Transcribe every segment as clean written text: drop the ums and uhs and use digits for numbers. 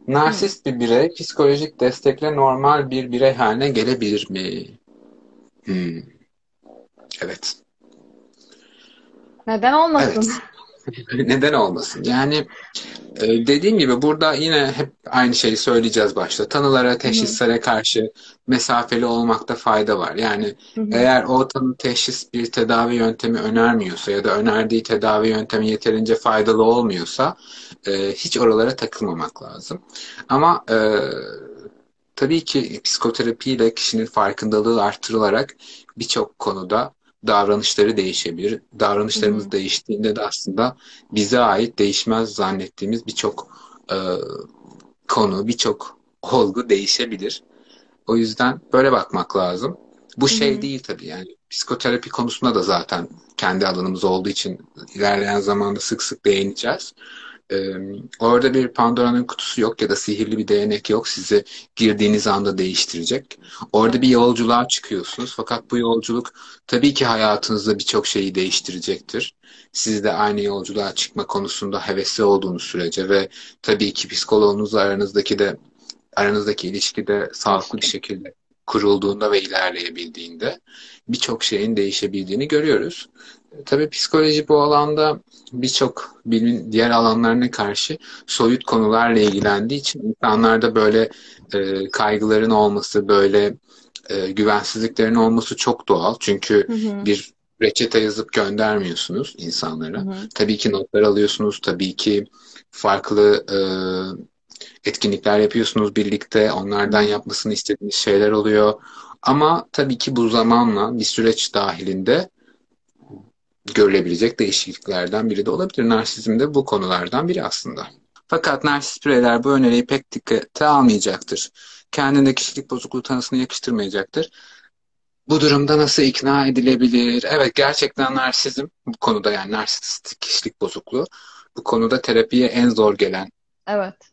Hı. Narsist bir birey psikolojik destekle normal bir birey haline gelebilir mi? Hmm, evet. Neden olmasın? Evet. Neden olmasın? Yani dediğim gibi burada yine hep aynı şeyi söyleyeceğiz başta. Tanılara, Hı hı. teşhislere karşı mesafeli olmakta fayda var. Yani Hı hı. eğer o tanı teşhis bir tedavi yöntemi önermiyorsa ya da önerdiği tedavi yöntemi yeterince faydalı olmuyorsa hiç oralara takılmamak lazım. Ama tabii ki psikoterapiyle kişinin farkındalığı artırılarak birçok konuda davranışları değişebilir. Hı Davranışlarımız hı. değiştiğinde de aslında bize ait değişmez zannettiğimiz birçok e, konu, birçok olgu değişebilir. O yüzden böyle bakmak lazım. Bu Hı şey hı. değil tabii yani. Psikoterapi konusunda da zaten kendi alanımız olduğu için ilerleyen zamanda sık sık değineceğiz. Ee, Orada bir Pandora'nın kutusu yok ya da sihirli bir değnek yok sizi girdiğiniz anda değiştirecek. Orada bir Evet. yolculuğa çıkıyorsunuz fakat bu yolculuk tabii ki hayatınızda birçok şeyi değiştirecektir. Siz de aynı yolculuğa çıkma konusunda hevesli olduğunuz sürece ve tabii ki psikoloğunuzla aranızdaki ilişki de sağlıklı bir İlişki. şekilde kurulduğunda ve ilerleyebildiğinde birçok şeyin değişebildiğini görüyoruz. Tabii psikoloji bu alanda birçok bilimin diğer alanlarına karşı soyut konularla ilgilendiği için insanlarda böyle kaygıların olması, böyle güvensizliklerin olması çok doğal. Çünkü Hı hı. bir reçete yazıp göndermiyorsunuz Hı insanlara. hı. Tabii ki notlar alıyorsunuz, tabii ki farklı etkinlikler yapıyorsunuz birlikte. Hı Onlardan hı. yapmasını istediğiniz şeyler oluyor. Ama tabii ki bu zamanla bir süreç dahilinde görülebilecek değişikliklerden biri de olabilir. Narsizm de bu konulardan biri aslında. Fakat narsist bireyler bu öneriyi pek dikkate almayacaktır. Kendinde kişilik bozukluğu tanısını yakıştırmayacaktır. Bu durumda nasıl ikna edilebilir? Evet, gerçekten narsizm bu konuda, yani narsistik kişilik bozukluğu bu konuda terapiye en zor gelen Evet.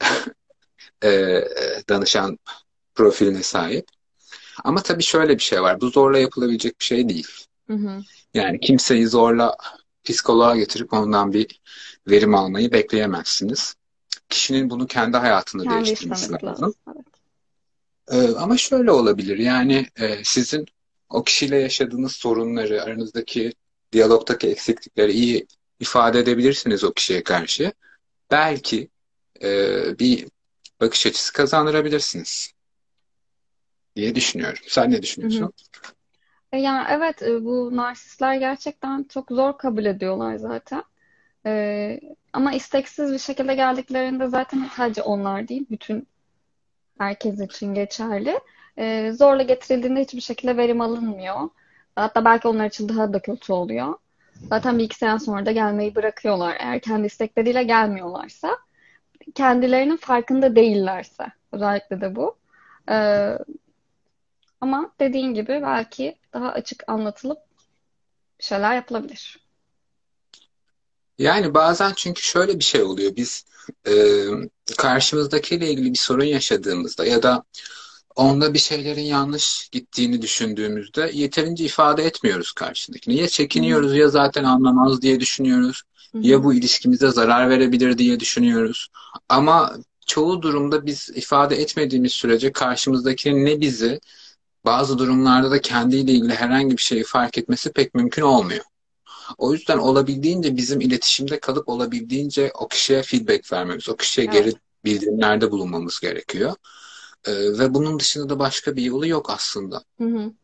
e, danışan profiline sahip. Ama tabii şöyle bir şey var. Bu zorla yapılabilecek bir şey değil. Hı hı. Yani kimseyi zorla psikoloğa getirip ondan bir verim almayı bekleyemezsiniz. Kişinin bunu kendi hayatında Kendi değiştirmesi istemesi lazım. lazım. Evet. Ama şöyle olabilir. Yani sizin o kişiyle yaşadığınız sorunları, aranızdaki diyalogdaki eksiklikleri iyi ifade edebilirsiniz o kişiye karşı. Belki bir bakış açısı kazandırabilirsiniz diye düşünüyorum. Sen ne Hı hı. düşünüyorsun? Yani evet, bu narsistler gerçekten çok zor kabul ediyorlar zaten. Ama isteksiz bir şekilde geldiklerinde zaten sadece onlar değil, bütün herkes için geçerli. Zorla getirildiğinde hiçbir şekilde verim alınmıyor. Hatta belki onlar için daha da kötü oluyor. Zaten bir iki sene sonra da gelmeyi bırakıyorlar. Eğer kendi istekleriyle gelmiyorlarsa, kendilerinin farkında değillerse. Özellikle de bu. Ee, Ama dediğin gibi belki daha açık anlatılıp bir şeyler yapılabilir. Yani bazen çünkü şöyle bir şey oluyor. Biz e, karşımızdakiyle ilgili bir sorun yaşadığımızda ya da onda bir şeylerin yanlış gittiğini düşündüğümüzde yeterince ifade etmiyoruz karşındakine. Ya Hı hı, çekiniyoruz ya zaten anlamaz diye düşünüyoruz. hı Ya hı. bu ilişkimize zarar verebilir diye düşünüyoruz. Ama çoğu durumda biz ifade etmediğimiz sürece karşımızdakinin ne bizi bazı durumlarda da kendiyle ilgili herhangi bir şeyi fark etmesi pek mümkün olmuyor. O yüzden olabildiğince bizim iletişimde kalıp olabildiğince o kişiye feedback vermemiz, o kişiye geri Evet. bildirimlerde bulunmamız gerekiyor. Ve bunun dışında da başka bir yolu yok aslında. Hı hı.